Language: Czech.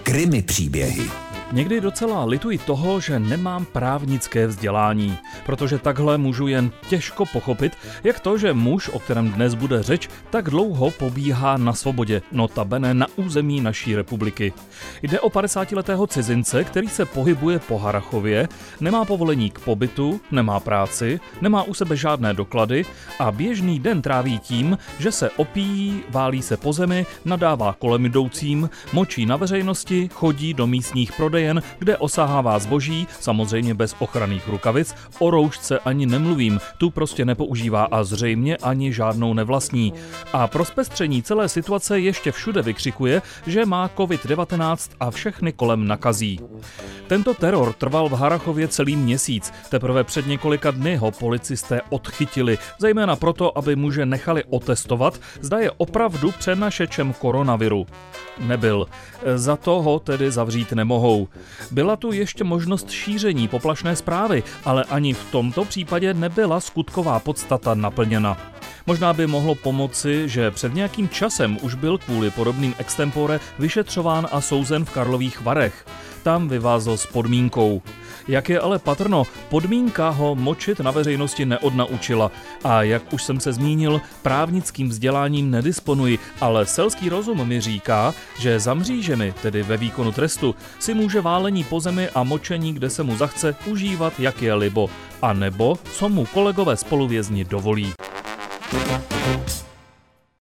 Krimi příběhy. Někdy docela lituji toho, že nemám právnické vzdělání, protože takhle můžu jen těžko pochopit, jak to, že muž, o kterém dnes bude řeč, tak dlouho pobíhá na svobodě, notabene na území naší republiky. Jde o 50letého cizince, který se pohybuje po Harrachově, nemá povolení k pobytu, nemá práci, nemá u sebe žádné doklady a běžný den tráví tím, že se opíjí, válí se po zemi, nadává kolem jdoucím, močí na veřejnosti, chodí do místních prodejen, kde osahává zboží, samozřejmě bez ochranných rukavic, o roušce ani nemluvím, tu prostě nepoužívá a zřejmě ani žádnou nevlastní. A pro zpestření celé situace ještě všude vykřikuje, že má COVID-19 a všechny kolem nakazí. Tento teror trval v Harrachově celý měsíc, teprve před několika dny ho policisté odchytili, zejména proto, aby muže nechali otestovat, zda je opravdu přenašečem koronaviru. Nebyl. Za to ho tedy zavřít nemohou. Byla tu ještě možnost šíření poplašné zprávy, ale ani v tomto případě nebyla skutková podstata naplněna. Možná by mohlo pomoci, že před nějakým časem už byl kvůli podobným extempore vyšetřován a souzen v Karlových Varech. Tam vyvázl s podmínkou. Jak je ale patrno, podmínka ho močit na veřejnosti neodnaučila. A jak už jsem se zmínil, právnickým vzděláním nedisponuji, ale selský rozum mi říká, že za mřížemi, tedy ve výkonu trestu, si může válení po zemi a močení, kde se mu zachce, užívat, jak je libo. A nebo co mu kolegové spoluvězni dovolí.